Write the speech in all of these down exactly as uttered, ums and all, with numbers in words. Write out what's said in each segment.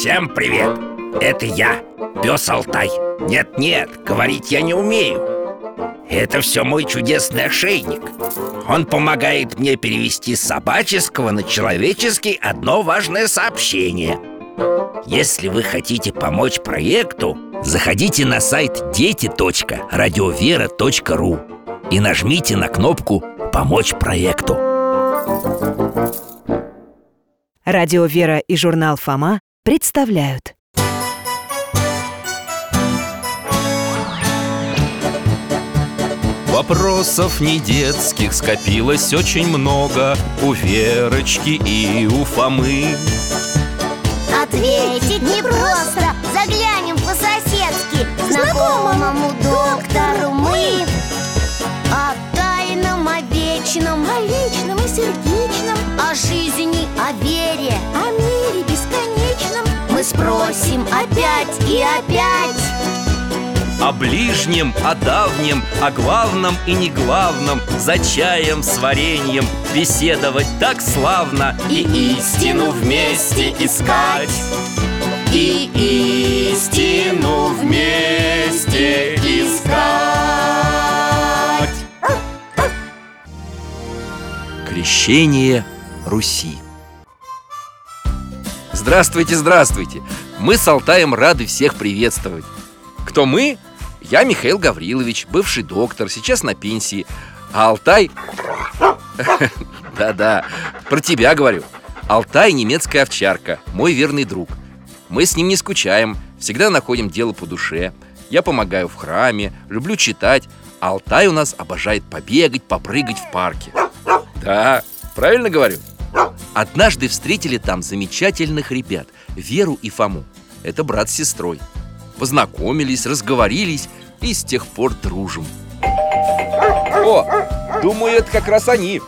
Всем привет! Это я, пес Алтай. Нет-нет, говорить я не умею. Это все мой чудесный ошейник. Он помогает мне перевести с собаческого на человеческий одно важное сообщение. Если вы хотите помочь проекту, заходите на сайт дети точка радиовера точка ру и нажмите на кнопку «Помочь проекту». Радио «Вера» и журнал «Фома» представляют. Вопросов не детских скопилось очень много у Верочки и у Фомы. Ответить непросто, заглянем по-соседски знакомому доктору мы. О тайном, о вечном, о личном и сердечном, о жизни, о вере, о мире бесконечном мы спросим опять и опять. О ближнем, о давнем, о главном и неглавном, за чаем с вареньем беседовать так славно. И истину вместе искать, и истину вместе искать. Крещение Руси. Здравствуйте, здравствуйте! Мы с Алтаем рады всех приветствовать. Кто мы? Я Михаил Гаврилович, бывший доктор, сейчас на пенсии. А Алтай... Да-да, про тебя говорю. Алтай — немецкая овчарка, мой верный друг. Мы с ним не скучаем, всегда находим дело по душе. Я помогаю в храме, люблю читать. А Алтай у нас обожает побегать, попрыгать в парке. Да, правильно говорю? Однажды встретили там замечательных ребят, Веру и Фому. Это брат с сестрой. Познакомились, разговорились и с тех пор дружим. О, думаю, это как раз они.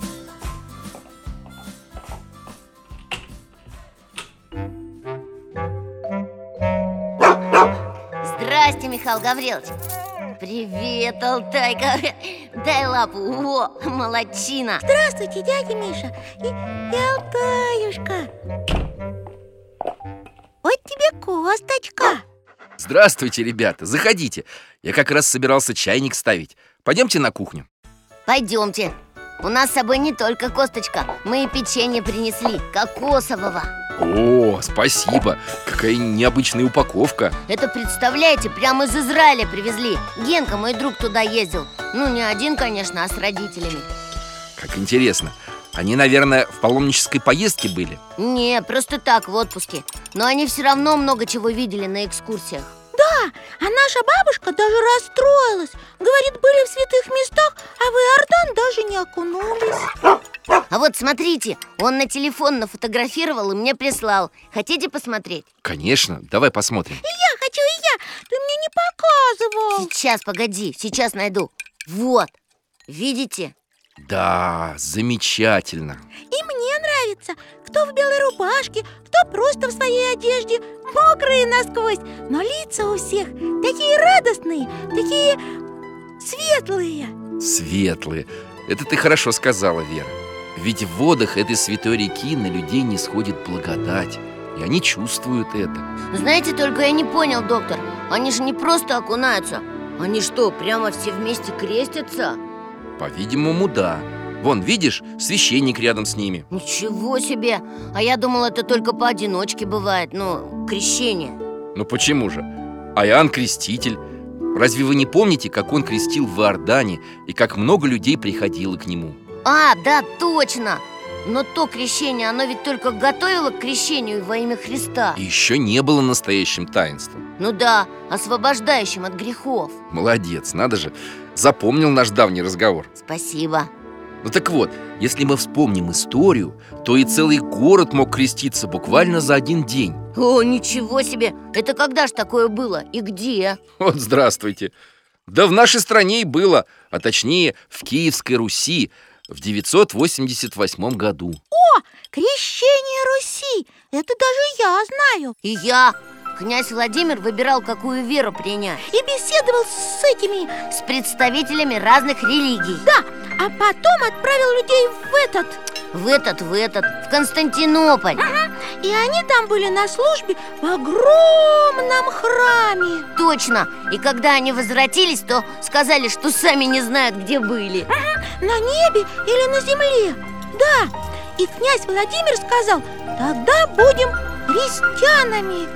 Здрасте, Михаил Гаврилович. Привет, Алтайка. Дай лапу. О, молодчина. Здравствуйте, дядя Миша и, и Алтаюшка. Вот тебе косточка. Здравствуйте, ребята, заходите. Я как раз собирался чайник ставить. Пойдемте на кухню. Пойдемте. У нас с собой не только косточка. Мы и печенье принесли, кокосового. О, спасибо. Какая необычная упаковка. Это, представляете, прямо из Израиля привезли. Генка, мой друг, туда ездил. Ну, не один, конечно, а с родителями. Как интересно. Они, наверное, в паломнической поездке были? Не, просто так, в отпуске. Но они все равно много чего видели на экскурсиях. Да, а наша бабушка даже расстроилась. Говорит, были в святых местах, а в Иордан даже не окунулись. А вот смотрите, он на телефон нафотографировал и мне прислал. Хотите посмотреть? Конечно, давай посмотрим. И я хочу, и я. Ты мне не показывал. Сейчас, погоди, сейчас найду. Вот, видите? Да, замечательно. И мне нравится. Кто в белой рубашке, кто просто в своей одежде, мокрые насквозь. Но лица у всех такие радостные, такие светлые. Светлые. Это ты хорошо сказала, Вера. Ведь в водах этой святой реки на людей не сходит благодать. И они чувствуют это. Знаете, только я не понял, доктор. Они же не просто окунаются. Они что, прямо все вместе крестятся? По-видимому, да. Вон, видишь, священник рядом с ними. Ничего себе! А я думал, это только поодиночке бывает, ну, крещение. Ну почему же? А Иоанн Креститель. Разве вы не помните, как он крестил в Иордане и как много людей приходило к нему? А, да, точно! Но то крещение, оно ведь только готовило к крещению во имя Христа. И еще не было настоящим таинством. Ну да, освобождающим от грехов. Молодец, надо же. Запомнил наш давний разговор. Спасибо. Ну так вот, если мы вспомним историю, то и целый город мог креститься буквально за один день. О, ничего себе! Это когда ж такое было? И где? Вот здравствуйте. Да в нашей стране и было, а точнее в Киевской Руси в девятьсот восемьдесят восьмом году. О, крещение Руси! Это даже я знаю. И я. Князь Владимир выбирал, какую веру принять. И беседовал с этими... С представителями разных религий. Да, а потом отправил людей в этот... В этот, в этот, в Константинополь. Ага. И они там были на службе в огромном храме. Точно. И когда они возвратились, то сказали, что сами не знают, где были. На небе или на земле. Да. И князь Владимир сказал: тогда будем христианами.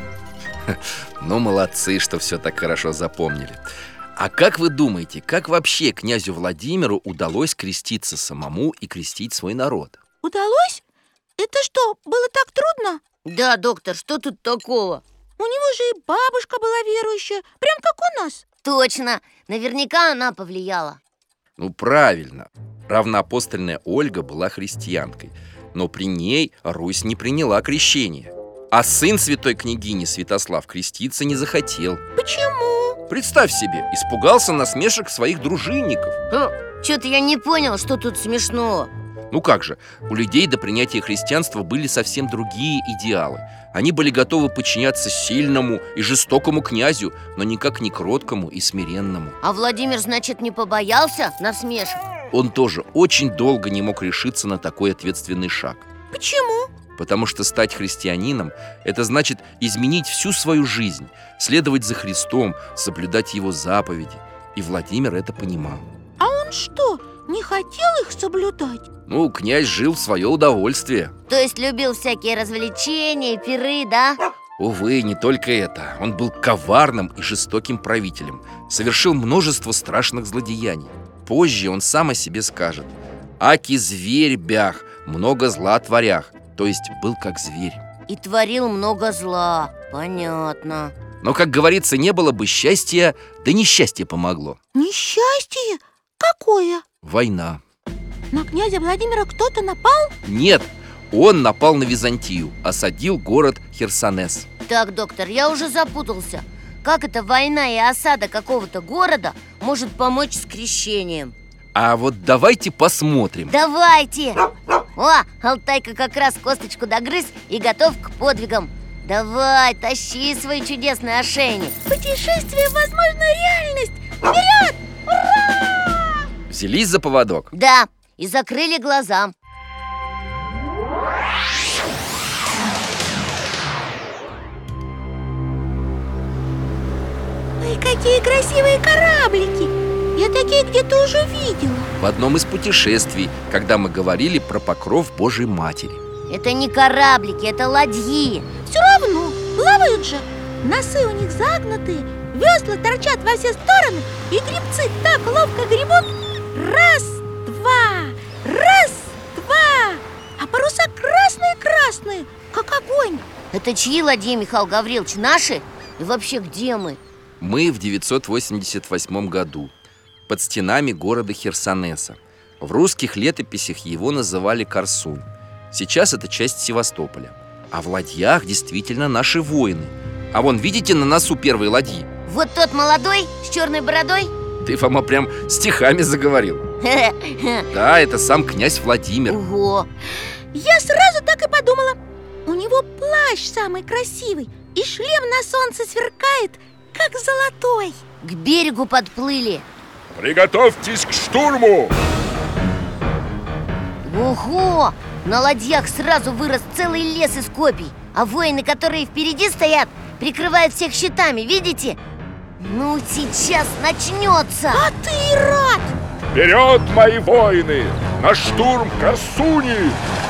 Ну, молодцы, что все так хорошо запомнили. А как вы думаете, как вообще князю Владимиру удалось креститься самому и крестить свой народ? Удалось? Это что, было так трудно? Да, доктор, что тут такого? У него же и бабушка была верующая, прям как у нас. Точно, наверняка она повлияла. Ну, правильно. Равноапостольная Ольга была христианкой, но при ней Русь не приняла крещение. А сын святой княгини Святослав креститься не захотел. Почему? Представь себе, испугался насмешек своих дружинников. Что-то я не понял, что тут смешного. Ну как же, у людей до принятия христианства были совсем другие идеалы. Они были готовы подчиняться сильному и жестокому князю, но никак не кроткому и смиренному. А Владимир, значит, не побоялся насмешек? Он тоже очень долго не мог решиться на такой ответственный шаг. Почему? Потому что стать христианином – это значит изменить всю свою жизнь, следовать за Христом, соблюдать Его заповеди. И Владимир это понимал. А он что, не хотел их соблюдать? Ну, князь жил в свое удовольствие. То есть любил всякие развлечения, пиры, да? Увы, не только это. Он был коварным и жестоким правителем, совершил множество страшных злодеяний. Позже он сам о себе скажет: «Аки зверь бях, много зла творях». То есть был как зверь. И творил много зла, понятно. Но, как говорится, не было бы счастья, да несчастье помогло. Несчастье? Какое? Война. На князя Владимира кто-то напал? Нет, он напал на Византию, осадил город Херсонес. Так, доктор, я уже запутался. Как эта война и осада какого-то города может помочь с крещением? А вот давайте посмотрим. Давайте! О, Алтайка как раз косточку догрыз и готов к подвигам. Давай, тащи свой чудесный ошейник. Путешествие в возможную реальность! Вперед! Ура! Взялись за поводок? Да, и закрыли глаза. Ой, какие красивые кораблики! Я такие где-то уже видела. В одном из путешествий, когда мы говорили про покров Божьей Матери. Это не кораблики, это ладьи. Все равно, плавают же. Носы у них загнутые, весла торчат во все стороны, и гребцы так ловко гребут. Раз, два, раз, два. А паруса красные-красные, как огонь. Это чьи ладьи, Михаил Гаврилович, наши? И вообще, где мы? Мы в девятьсот восемьдесят восьмом году под стенами города Херсонеса. В русских летописях его называли Корсунь. Сейчас это часть Севастополя. А в ладьях действительно наши воины. А вон, видите, на носу первой ладьи? Вот тот молодой с черной бородой? Ты, Фома, прям стихами заговорил. Да, это сам князь Владимир. Ого! Я сразу так и подумала. У него плащ самый красивый, и шлем на солнце сверкает, как золотой. К берегу подплыли. Приготовьтесь к штурму! Ого! На ладьях сразу вырос целый лес из копий. А воины, которые впереди стоят, прикрывают всех щитами, видите? Ну, сейчас начнется. А ты рад! Вперед, мои воины! На штурм Корсуни!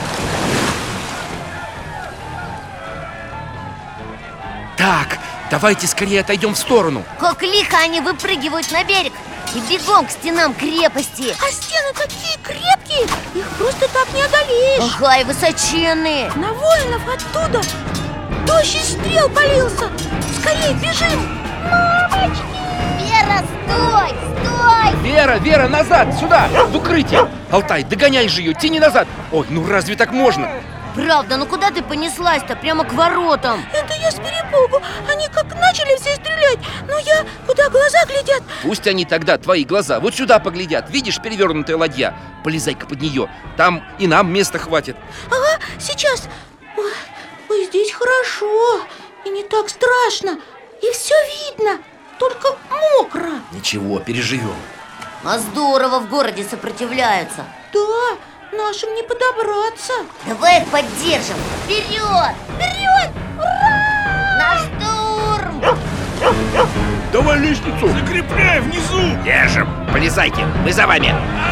Так, давайте скорее отойдем в сторону. Как лихо они выпрыгивают на берег и бегом к стенам крепости. А стены такие крепкие, их просто так не одолеешь. Ага, и высоченные. На воинов оттуда дождь из стрел полился. Скорее бежим. Мамочки! Вера, стой, стой! Вера, Вера, назад, сюда, в укрытие. Алтай, догоняй же ее, тяни назад. Ой, ну разве так можно? Правда, ну куда ты понеслась-то? Прямо к воротам. Это я с перепугу. Они как начали все стрелять. Но я, куда глаза глядят. Пусть они тогда, твои глаза, вот сюда поглядят. Видишь перевернутая ладья? Полезай-ка под нее, там и нам места хватит. Ага, сейчас. Ой, ой, здесь хорошо. И не так страшно. И все видно, только мокро. Ничего, переживем. А здорово в городе сопротивляются. Да, нашим не подобраться. Давай их поддержим. Вперед! Вперед! На штурм! Давай лестницу закрепляй внизу. Держим, полезайте, мы за вами.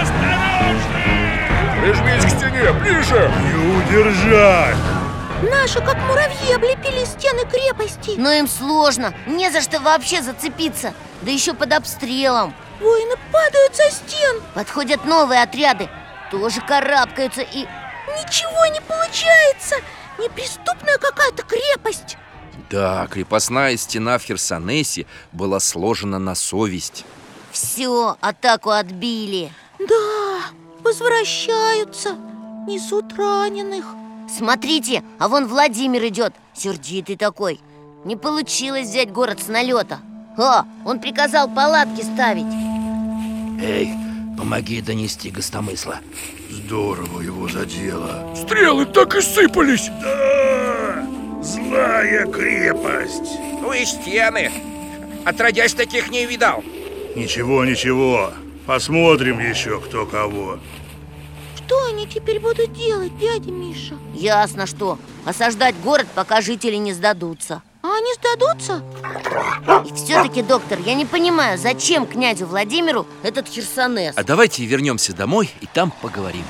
Прижмись к стене, ближе. Не удержать. Наши, как муравьи, облепили стены крепости. Но им сложно, не за что вообще зацепиться. Да еще под обстрелом. Воины падают со стен. Подходят новые отряды, тоже карабкаются и... Ничего не получается. Неприступная какая-то крепость. Да, крепостная стена в Херсонесе была сложена на совесть. Все, атаку отбили. Да, возвращаются, несут раненых. Смотрите, а вон Владимир идет, сердитый такой. Не получилось взять город с налета. О, он приказал палатки ставить. Эй, помоги донести гостомысла. Здорово его задело. Стрелы так и сыпались. Да, злая крепость. Ну и стены. Отродясь, таких не видал. Ничего, ничего. Посмотрим еще кто кого. Что они теперь будут делать, дядя Миша? Ясно что, осаждать город, пока жители не сдадутся. А они сдадутся? И все-таки, доктор, я не понимаю, зачем князю Владимиру этот Херсонес? А давайте вернемся домой и там поговорим.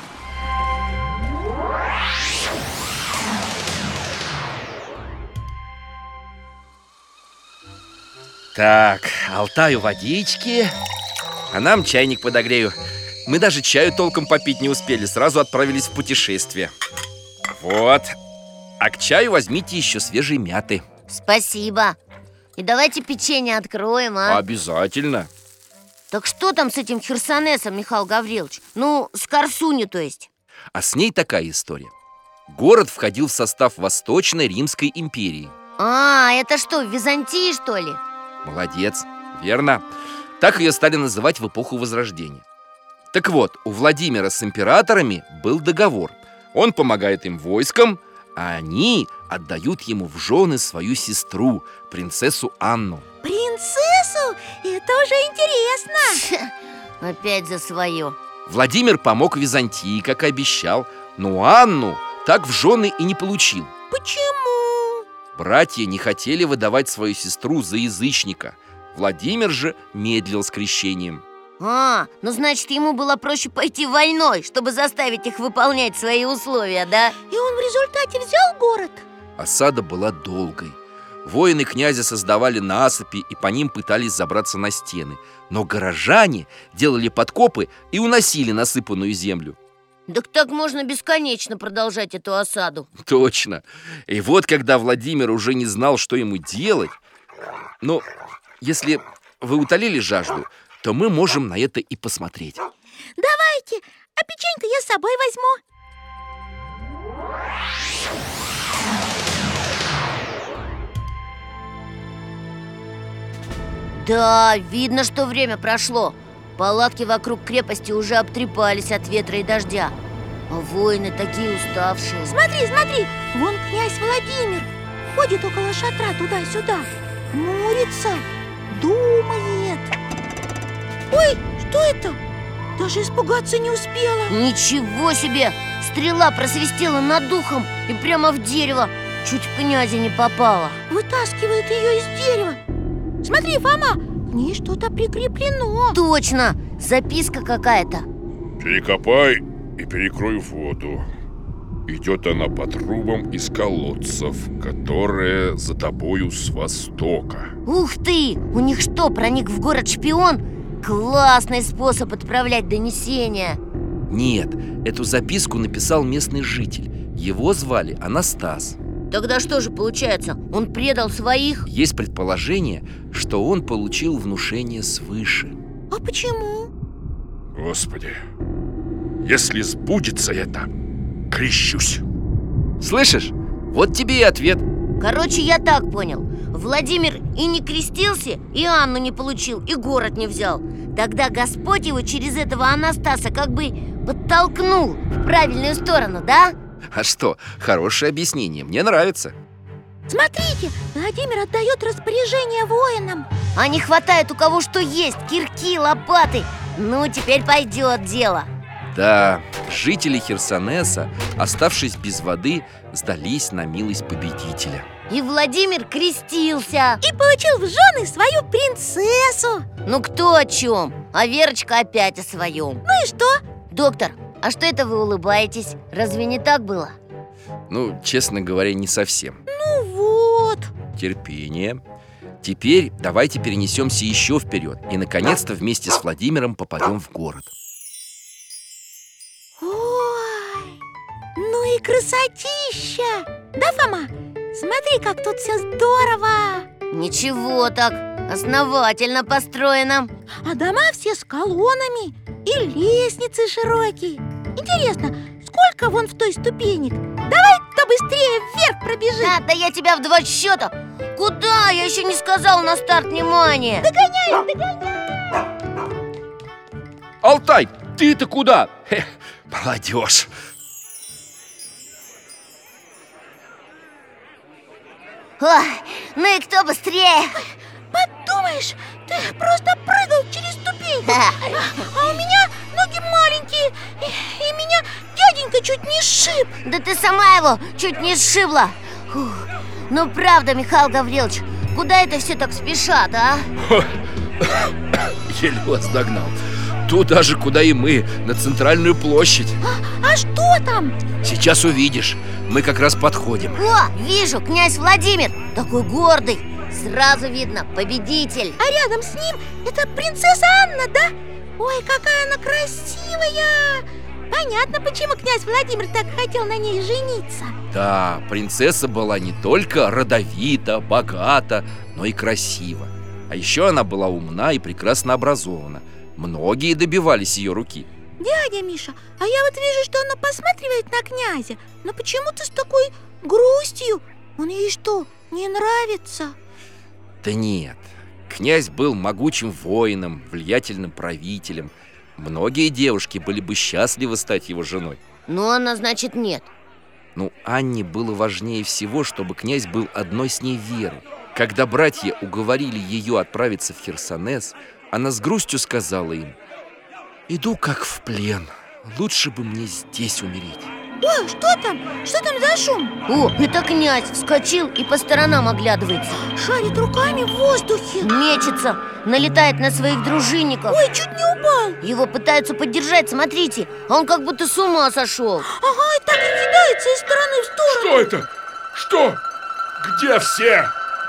Так, Алтаю водички, а нам чайник подогрею. Мы даже чаю толком попить не успели, сразу отправились в путешествие. Вот. А к чаю возьмите еще свежей мяты. Спасибо. И давайте печенье откроем, а? Обязательно. Так что там с этим Херсонесом, Михаил Гаврилович? Ну, с Корсуней, то есть. А с ней такая история. Город входил в состав Восточной Римской империи. А, это что, в Византии, что ли? Молодец, верно. Так ее стали называть в эпоху Возрождения. Так вот, у Владимира с императорами был договор. Он помогает им войском, а они отдают ему в жены свою сестру, принцессу Анну. Принцессу? Это уже интересно. Опять за свое. Владимир помог Византии, как и обещал, но Анну так в жены и не получил. Почему? Братья не хотели выдавать свою сестру за язычника. Владимир же медлил с крещением. А, ну значит, ему было проще пойти войной, чтобы заставить их выполнять свои условия, да? И он в результате взял город? Осада была долгой. Воины князя создавали насыпи и по ним пытались забраться на стены. Но горожане делали подкопы и уносили насыпанную землю. Так так можно бесконечно продолжать эту осаду. Точно. И вот когда Владимир уже не знал, что ему делать. Ну, если вы утолили жажду, то мы можем на это и посмотреть. Давайте, а печеньку я с собой возьму. Да, видно, что время прошло. Палатки вокруг крепости уже обтрепались от ветра и дождя. А воины такие уставшие. Смотри, смотри, вон князь Владимир ходит около шатра туда-сюда, хмурится, думает. Ой, что это? Даже испугаться не успела. Ничего себе! Стрела просвистела над духом и прямо в дерево. Чуть в князя не попала. Вытаскивает ее из дерева. Смотри, Фома, к ней что-то прикреплено. Точно, записка какая-то. Перекопай и перекрой воду. Идет она по трубам из колодцев, которые за тобою с востока. Ух ты! У них что, проник в город шпион? Классный способ отправлять донесения. Нет, эту записку написал местный житель. Его звали Анастас. Тогда что же получается? Он предал своих? Есть предположение, что он получил внушение свыше. А почему? Господи, если сбудется это, крещусь. Слышишь? Вот тебе и ответ. Короче, я так понял. Владимир и не крестился, и Анну не получил, и город не взял. Тогда Господь его через этого Анастаса как бы подтолкнул в правильную сторону, да? А что, хорошее объяснение, мне нравится. Смотрите, Владимир отдает распоряжение воинам. А не хватает у кого что есть, кирки, лопаты. Ну, теперь пойдет дело. Да, жители Херсонеса, оставшись без воды, сдались на милость победителя. И Владимир крестился. И получил в жены свою принцессу. Ну кто о чем? А Верочка опять о своем. Ну и что? Доктор, а что это вы улыбаетесь? Разве не так было? Ну, честно говоря, не совсем. Ну вот. Терпение. Теперь давайте перенесемся еще вперед и, наконец-то, вместе с Владимиром попадем в город. Ой, ну и красотища! Да, Фома? Смотри, как тут все здорово! Ничего так, основательно построено. А дома все с колоннами и лестницы широкие. Интересно, сколько вон в той ступенек? Давай-ка быстрее вверх пробежим. Да, да я тебя в два счета. Куда? Я еще не сказал на старт внимания. Догоняем, догоняем. Алтай, ты-то куда? Хе, молодежь. Ой, ну и кто быстрее? Подумаешь, ты просто прыгал через ступеньку. А у меня ноги маленькие, и, и меня дяденька чуть не сшиб. Да ты сама его чуть не сшибла. Фух. Ну правда, Михаил Гаврилович, куда это все так спешат, а? Еле вас догнал. Туда же, куда и мы, на центральную площадь. А, а что там? Сейчас увидишь. Мы как раз подходим. О, вижу, князь Владимир, такой гордый. Сразу видно, победитель. А рядом с ним это принцесса Анна, да? Ой, какая она красивая! Понятно, почему князь Владимир так хотел на ней жениться. Да, принцесса была не только родовита, богата, но и красива. А еще она была умна и прекрасно образована. Многие добивались ее руки. Дядя Миша, а я вот вижу, что она посматривает на князя. Но почему-то с такой грустью. Он ей что, не нравится? Да нет, князь был могучим воином, влиятельным правителем. Многие девушки были бы счастливы стать его женой. Ну, она, значит, нет. Ну, Анне было важнее всего, чтобы князь был одной с ней верой. Когда братья уговорили ее отправиться в Херсонес, она с грустью сказала им: «Иду как в плен, лучше бы мне здесь умереть». Ой, что там? Что там за шум? О, это князь вскочил и по сторонам оглядывается. Шарит руками в воздухе. Мечется, налетает на своих дружинников. Ой, чуть не упал. Его пытаются поддержать, смотрите, а он как будто с ума сошел. Ага, и так и кидается из стороны в сторону. Что это? Что? Где все?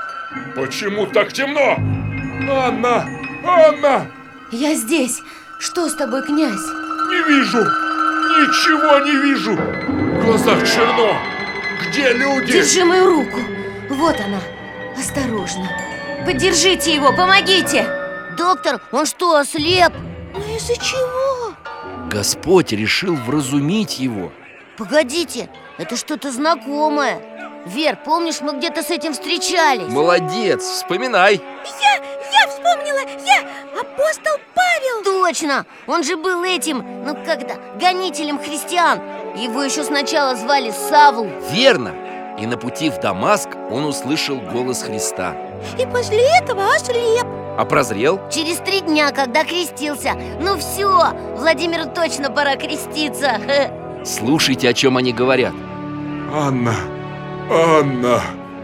Почему так темно? Анна! Анна! Я здесь. Что с тобой, князь? Не вижу! Ничего не вижу! В глазах черно! Где люди? Держи мою руку. Вот она. Осторожно. Поддержите его, помогите. Доктор, он что, ослеп? Ну из-за чего? Господь решил вразумить его. Погодите, это что-то знакомое. Вер, помнишь, мы где-то с этим встречались? Молодец, вспоминай. Я, я вспомнила, я апостол Павел. Точно, он же был этим, ну когда, гонителем христиан. Его еще сначала звали Савл. Верно. И на пути в Дамаск он услышал голос Христа. И после этого ослеп. А прозрел? Через три дня, когда крестился. Ну все, Владимиру точно пора креститься. Слушайте, о чем они говорят. Анна, Анна,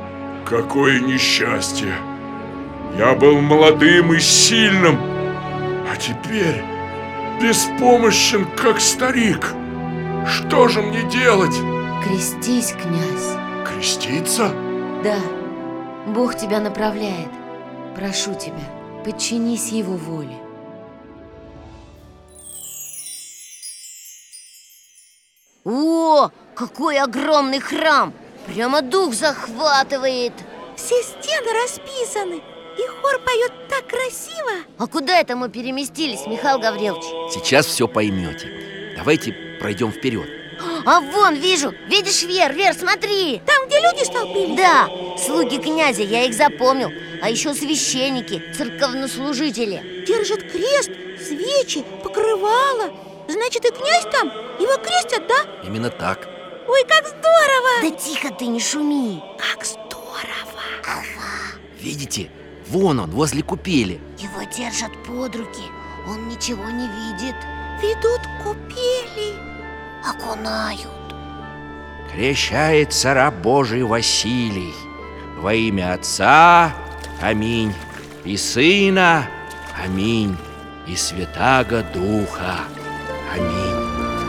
какое несчастье! Я был молодым и сильным, а теперь беспомощен, как старик. Что же мне делать? Крестись, князь. Креститься? Да, Бог тебя направляет. Прошу тебя, подчинись Его воле. О, какой огромный храм! Прямо дух захватывает. Все стены расписаны, и хор поет так красиво. А куда это мы переместились, Михаил Гаврилович? Сейчас все поймете. Давайте пройдем вперед. А вон, вижу, видишь, Вер, Вер, смотри. Там, где люди столпились? Да, слуги князя, я их запомнил. А еще священники, церковнослужители. Держат крест, свечи, покрывало. Значит, и князь там? Его крестят, да? Именно так. Ой, как здорово! Да тихо ты, не шуми. Как здорово! Видите? Вон он, возле купели. Его держат под руки, он ничего не видит. ведут купели. Окунают. Крещается раб Божий Василий во имя Отца, аминь, и Сына, аминь, и Святаго Духа, аминь.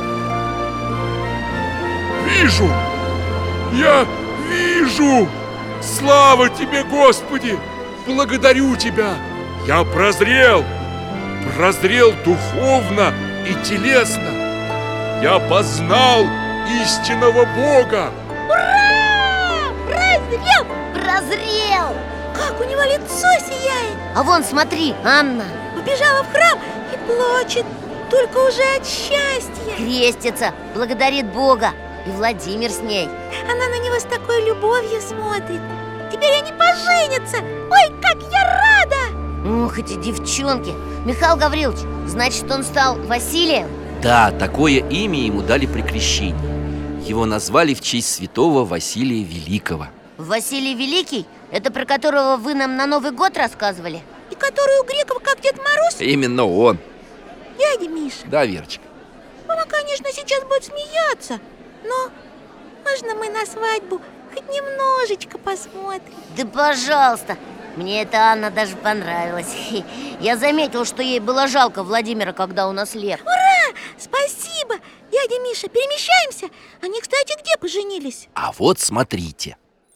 Вижу! Я вижу! Слава тебе, Господи! Благодарю тебя! Я прозрел! Прозрел духовно и телесно! Я познал истинного Бога! Ура! Прозрел! Прозрел! Как у него лицо сияет! А вон, смотри, Анна Побежала в храм и плачет, только уже от счастья. крестится, благодарит Бога. И Владимир с ней. Она на него с такой любовью смотрит. Теперь они поженятся. Ой, как я рада! Ох, эти девчонки. Михаил Гаврилович, значит, он стал Василием? Да, такое имя ему дали при крещении. Его назвали в честь святого Василия Великого. Василий Великий? Это про которого вы нам на Новый год рассказывали? И который у греков как Дед Мороз? Именно он. Дядя Миша, Да, Верочка? мама, конечно, сейчас будет смеяться, но можно мы на свадьбу хоть немножечко посмотрим? Да пожалуйста. Мне эта Анна даже понравилась. Я заметил, что ей было жалко Владимира, когда он ослеп. Ура! Спасибо! Дядя Миша, перемещаемся? Они, кстати, где поженились? А вот смотрите.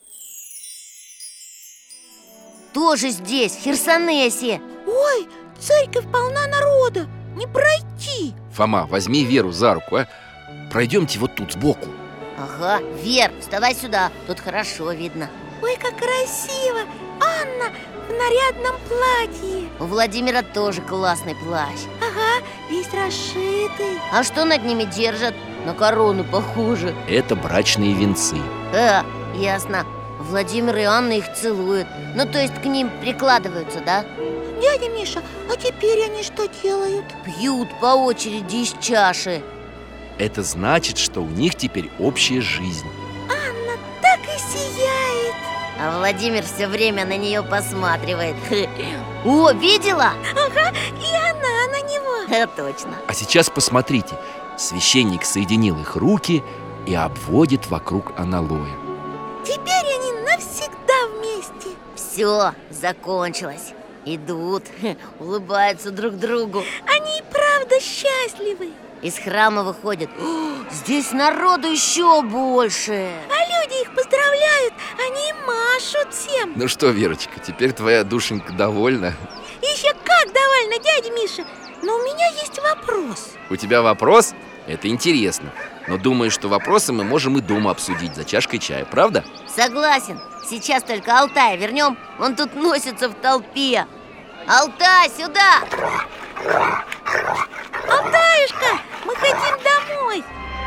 Тоже здесь, в Херсонесе. Ой, церковь полна народа, не пройти. Фома, возьми Веру за руку, а? Пройдемте вот тут сбоку. Ага, Вер, вставай сюда, тут хорошо видно. Ой, как красиво! Анна в нарядном платье. У Владимира тоже классный плащ. Ага, весь расшитый. А что над ними держат? На корону похоже. Это брачные венцы. А, ясно. Владимир и Анна их целуют. Ну, то есть к ним прикладываются, да? Дядя Миша, а теперь они что делают? Пьют по очереди из чаши. Это значит, что у них теперь общая жизнь. Анна так и сияет. А Владимир все время на нее посматривает. О, видела? Ага, и она на него. Это точно. А сейчас посмотрите. Священник соединил их руки и обводит вокруг аналоя. Теперь они навсегда вместе. Все, закончилось. Идут, улыбаются друг другу. Они и правда счастливы. Из храма выходят. О, здесь народу еще больше. А люди их поздравляют, они машут всем. Ну что, Верочка, теперь твоя душенька довольна? Еще как довольна, дядя Миша. Но у меня есть вопрос. У тебя вопрос? Это интересно. Но думаю, что вопросы мы можем и дома обсудить за чашкой чая, правда? Согласен. Сейчас только Алтая вернем. Он тут носится в толпе. Алтай, сюда! Алтаюшка, мы хотим домой.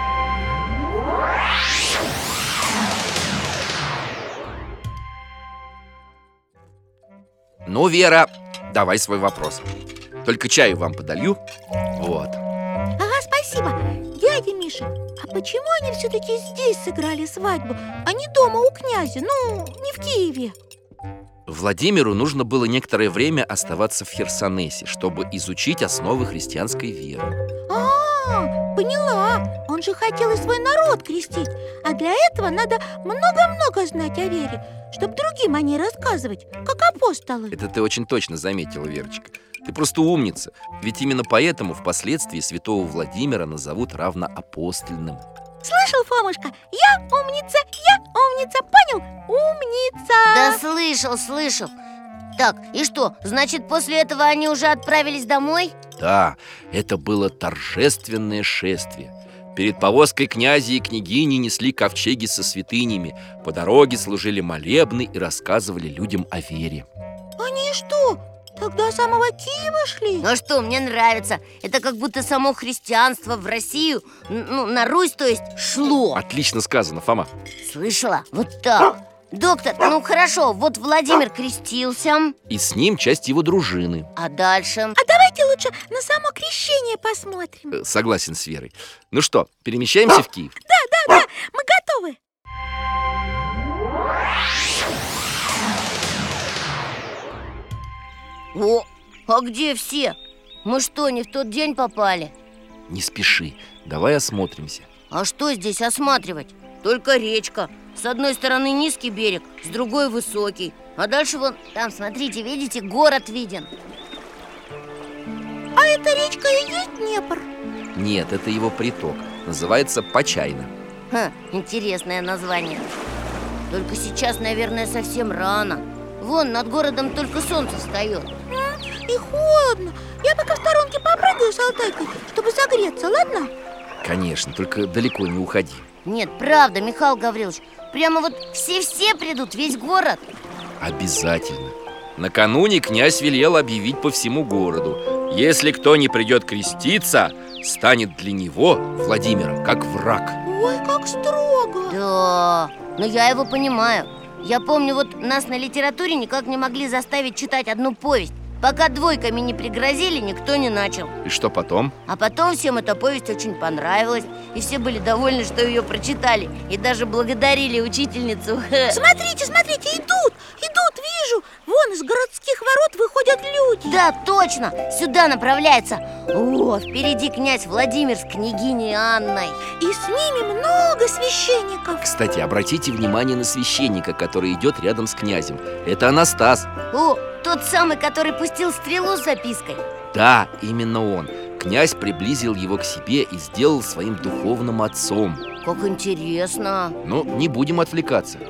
Ну, Вера, давай свой вопрос. Только чаю вам подолью. Вот. Ага, спасибо. Дядя Миша, а почему они все-таки здесь сыграли свадьбу, а не дома у князя? Ну, не в Киеве. Владимиру нужно было некоторое время оставаться в Херсонесе, чтобы изучить основы христианской веры. А, поняла. Он же хотел и свой народ крестить. А для этого надо много-много знать о вере, чтобы другим о ней рассказывать, как апостолы. Это ты очень точно заметила, Верочка. Ты просто умница. Ведь именно поэтому впоследствии святого Владимира назовут равноапостольным. Слышал, Фомушка? Я умница, я умница, понял? Умница! Да слышал, слышал. Так, и что, значит, после этого они уже отправились домой? Да, это было торжественное шествие. Перед повозкой князя и княгини несли ковчеги со святынями. По дороге служили молебны и рассказывали людям о вере. Они что, тогда самого Киева шли? Ну что, мне нравится. Это как будто само христианство в Россию, ну, на Русь, то есть, шло. Отлично сказано, Фома. Слышала? Вот так. Доктор, ну хорошо, вот Владимир крестился. И с ним часть его дружины. А дальше? А давайте лучше на само крещение посмотрим. Э, Согласен с Верой. Ну что, перемещаемся в Киев? Да, да, да, мы готовы. О, а где все? Мы что, не в тот день попали? Не спеши, давай осмотримся. А что здесь осматривать? Только речка. С одной стороны низкий берег, с другой высокий. А дальше вон, там, смотрите, видите, город виден. А эта речка и есть Днепр? Нет, это его приток. Называется Почайна. Ха, интересное название. Только сейчас, наверное, совсем рано. Вон, над городом только солнце встает. И холодно. Я пока в сторонке попрыгаю с Алтайкой, чтобы согреться, ладно? Конечно, только далеко не уходи. Нет, правда, Михаил Гаврилович. Прямо вот все-все придут, весь город. Обязательно. Накануне князь велел объявить по всему городу: если кто не придет креститься, станет для него, Владимира, как враг. Ой, как строго. Да, но я его понимаю. Я помню, вот нас на литературе никак не могли заставить читать одну повесть. Пока двойками не пригрозили, никто не начал. И что потом? А потом всем эта повесть очень понравилась. И все были довольны, что ее прочитали. И даже благодарили учительницу. Смотрите, смотрите, идут, идут, вижу. Вон из городских ворот выходят люди. Да, точно, сюда направляется. О, впереди князь Владимир с княгиней Анной. И с ними много священников. Кстати, обратите внимание на священника, который идет рядом с князем. Это Анастас. О, тот самый, который пустил стрелу с запиской. Да, именно он. Князь приблизил его к себе и сделал своим духовным отцом. Как интересно. Но не будем отвлекаться.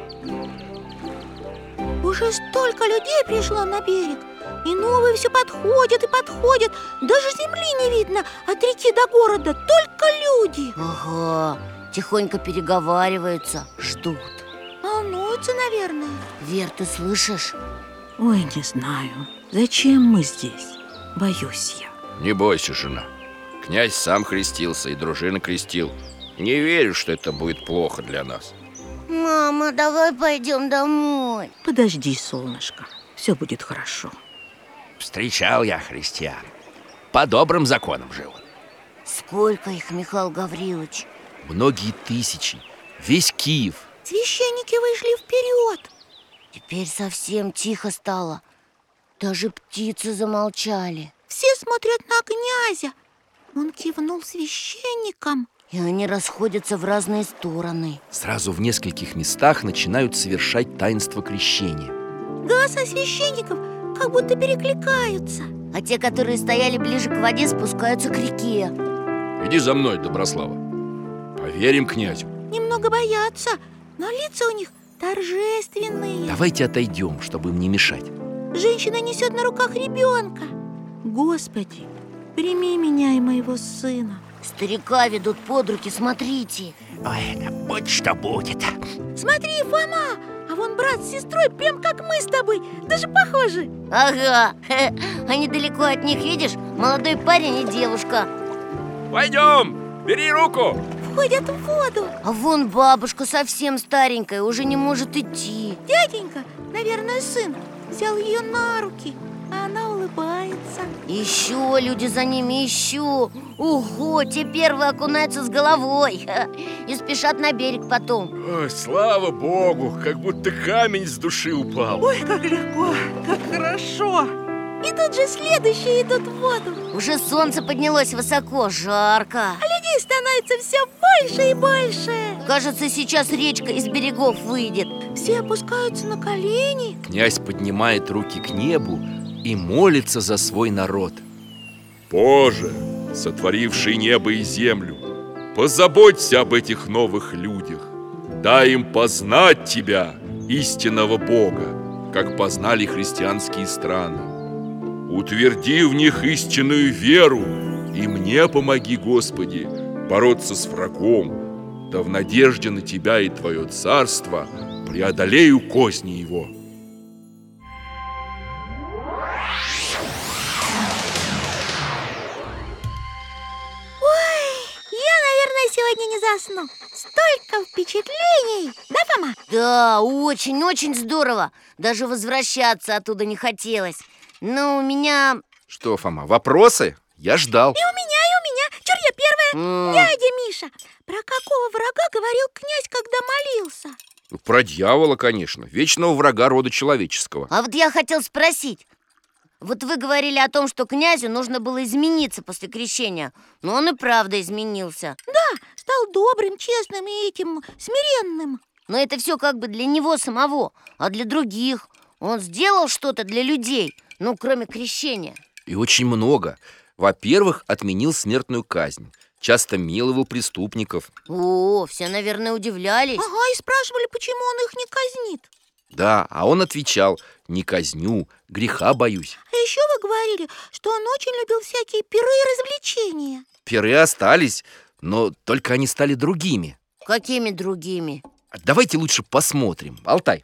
Уже столько людей пришло на берег. И новые все подходят и подходят. Даже земли не видно от реки до города. Только люди. Ага, тихонько переговариваются, ждут. Волнуются, наверное. Вер, ты слышишь? Ой, не знаю. Зачем мы здесь? Боюсь я. Не бойся, жена. Князь сам крестился и дружина крестил. Не верю, что это будет плохо для нас. Мама, давай пойдем домой. Подожди, солнышко. Все будет хорошо. Встречал я христиан. По добрым законам жил. Сколько их, Михаил Гаврилович? Многие тысячи. Весь Киев. Священники вышли вперед. Теперь совсем тихо стало. Даже птицы замолчали. Все смотрят на князя. Он кивнул священникам. И они расходятся в разные стороны. Сразу в нескольких местах начинают совершать таинство крещения. Голоса священников как будто перекликаются. А те, которые стояли ближе к воде, спускаются к реке. Иди за мной, Доброслава. Поверим князю. Немного боятся, но лица у них торжественные. Давайте отойдем, чтобы им не мешать. Женщина несет на руках ребенка. Господи, прими меня и моего сына. Старика ведут под руки, смотрите. Ой, да будь что будет. Смотри, Фома, а вон брат с сестрой прям как мы с тобой. Даже похожи. Ага, а недалеко от них, видишь, молодой парень и девушка. Пойдем, бери руку. Входят в воду. А вон бабушка совсем старенькая, уже не может идти. Дяденька, наверное, сын, взял ее на руки, а она улыбается. Еще люди за ними, еще. Ого, те первые окунаются с головой и спешат на берег потом. Ой, слава богу, как будто камень с души упал. Ой, как легко, как хорошо. И тут же следующие идут в воду. Уже солнце поднялось высоко, жарко. А людей становится все больше и больше. Кажется, сейчас речка из берегов выйдет. Все опускаются на колени. Князь поднимает руки к небу и молится за свой народ. Боже, сотворивший небо и землю, позаботься об этих новых людях. Дай им познать Тебя, истинного Бога, как познали христианские страны. Утверди в них истинную веру, и мне помоги, Господи, бороться с врагом, да в надежде на Тебя и Твое царство преодолею козни его. Я, наверное, сегодня не засну. Столько впечатлений. Да, Фома? Да, очень-очень здорово. Даже возвращаться оттуда не хотелось. Но у меня... Что, Фома, вопросы? Я ждал. И у меня, и у меня. Чур, я первая. м, Дядя Миша, про какого врага говорил князь, когда молился? Про дьявола, конечно. Вечного врага рода человеческого. А вот я хотел спросить, Вот вы говорили о том, что князю нужно было измениться после крещения. Но он и правда изменился. Да, стал добрым, честным и этим смиренным. Но это все как бы для него самого, а для других. Он сделал что-то для людей, ну, кроме крещения. И очень много. Во-первых, отменил смертную казнь. Часто миловал преступников. О, все, наверное, удивлялись. Ага, и спрашивали, почему он их не казнит. Да, а он отвечал: не казню, греха боюсь. А еще вы говорили, что он очень любил всякие пиры и развлечения. Пиры остались, но только они стали другими. Какими другими? Давайте лучше посмотрим. Алтай.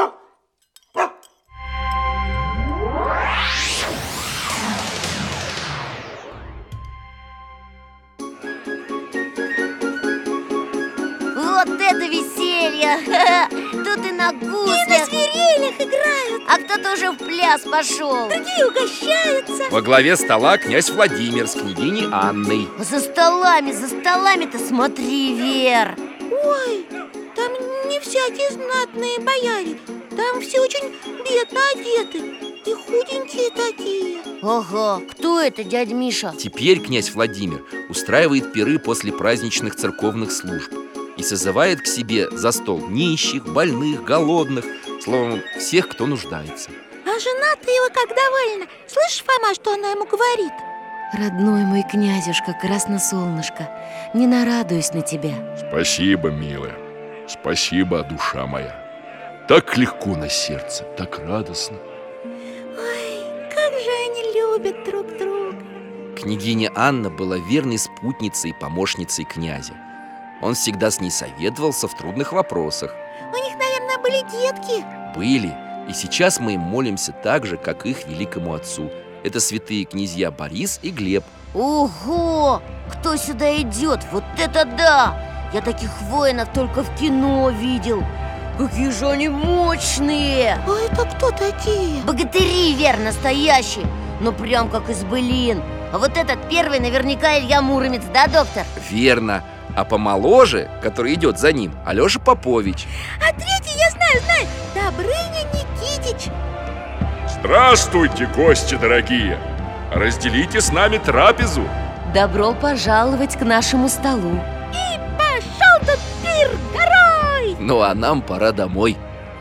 Вот это веселье! Тут и на гуслях, И на свирелях играют. а кто-то уже в пляс пошел. Другие угощаются. Во главе стола князь Владимир с княгиней Анной. За столами, за столами-то смотри, Вер. Ой, там не всякие знатные бояре. Там все очень бедно одеты. И худенькие такие. Ага, кто это, дядя Миша? Теперь князь Владимир устраивает пиры после праздничных церковных служб и созывает к себе за стол нищих, больных, голодных, словом, всех, кто нуждается. А жена-то его как довольна. Слышишь, Фома, что она ему говорит? Родной мой князюшка, красносолнышко, не нарадуюсь на тебя. Спасибо, милая. Спасибо, душа моя. Так легко на сердце, так радостно. Ой, как же они любят друг друга. Княгиня Анна была верной спутницей и помощницей князя. Он всегда с ней советовался в трудных вопросах. У них, наверное, были детки. Были, и сейчас мы им молимся так же, как их великому отцу. Это святые князья Борис и Глеб. Ого! Кто сюда идет? Вот это да! Я таких воинов только в кино видел. Какие же они мощные! А это кто такие? Богатыри, Вер, настоящие. Ну прям как из былин. А вот этот первый наверняка Илья Муромец, да, доктор? Верно. А помоложе, который идет за ним, Алеша Попович. А третий, я знаю, знаю, Добрыня Никитич. Здравствуйте, гости дорогие! Разделите с нами трапезу. Добро пожаловать к нашему столу. И пошел тут пир горой. Ну а нам пора домой.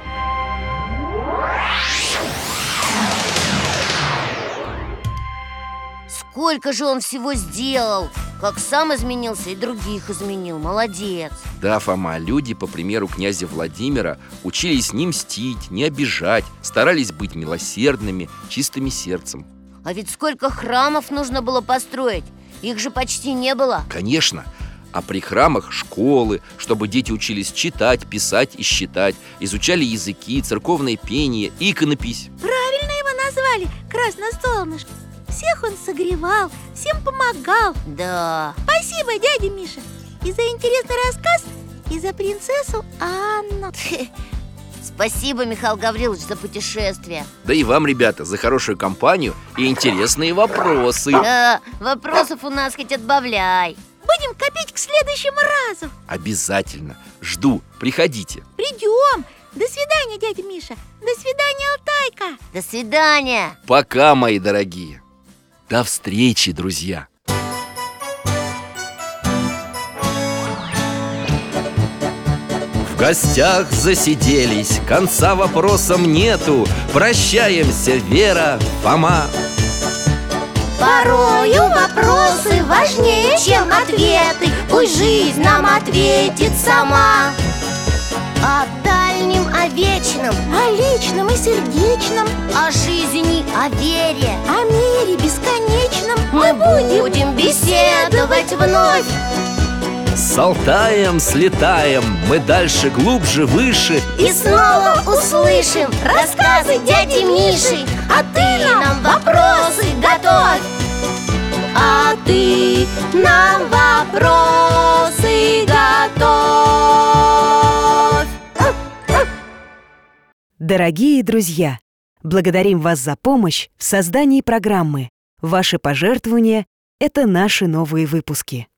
Сколько же он всего сделал! Как сам изменился и других изменил. Молодец! Да, Фома, люди, по примеру князя Владимира, учились не мстить, не обижать, старались быть милосердными, чистыми сердцем. А ведь сколько храмов нужно было построить! Их же почти не было. Конечно, а при храмах школы, чтобы дети учились читать, писать и считать, изучали языки, церковное пение, иконопись. Правильно его назвали, Красносолнышко. Всех он согревал, всем помогал. Да. Спасибо, дядя Миша, и за интересный рассказ, и за принцессу Анну. Спасибо, Михаил Гаврилович, за путешествие. Да и вам, ребята, за хорошую компанию и интересные вопросы. Да, вопросов у нас хоть отбавляй. Будем копить к следующему разу. Обязательно. Жду. Приходите. Придем. До свидания, дядя Миша. До свидания, Алтайка. До свидания. Пока, мои дорогие. До встречи, друзья. В гостях засиделись, конца вопросам нету. Прощаемся, Вера, Фома. Порою вопросы важнее, чем ответы. Пусть жизнь нам ответит сама. О дальнем, о вечном, О личном и сердечном, о жизни, о вере о мире бесконечном мы будем беседовать вновь. С Алтаем слетаем, мы дальше, глубже, выше. И снова услышим рассказы дяди Миши. А ты нам вопросы готовь. А ты нам вопросы готовь. Дорогие друзья, благодарим вас за помощь в создании программы. Ваши пожертвования – это наши новые выпуски.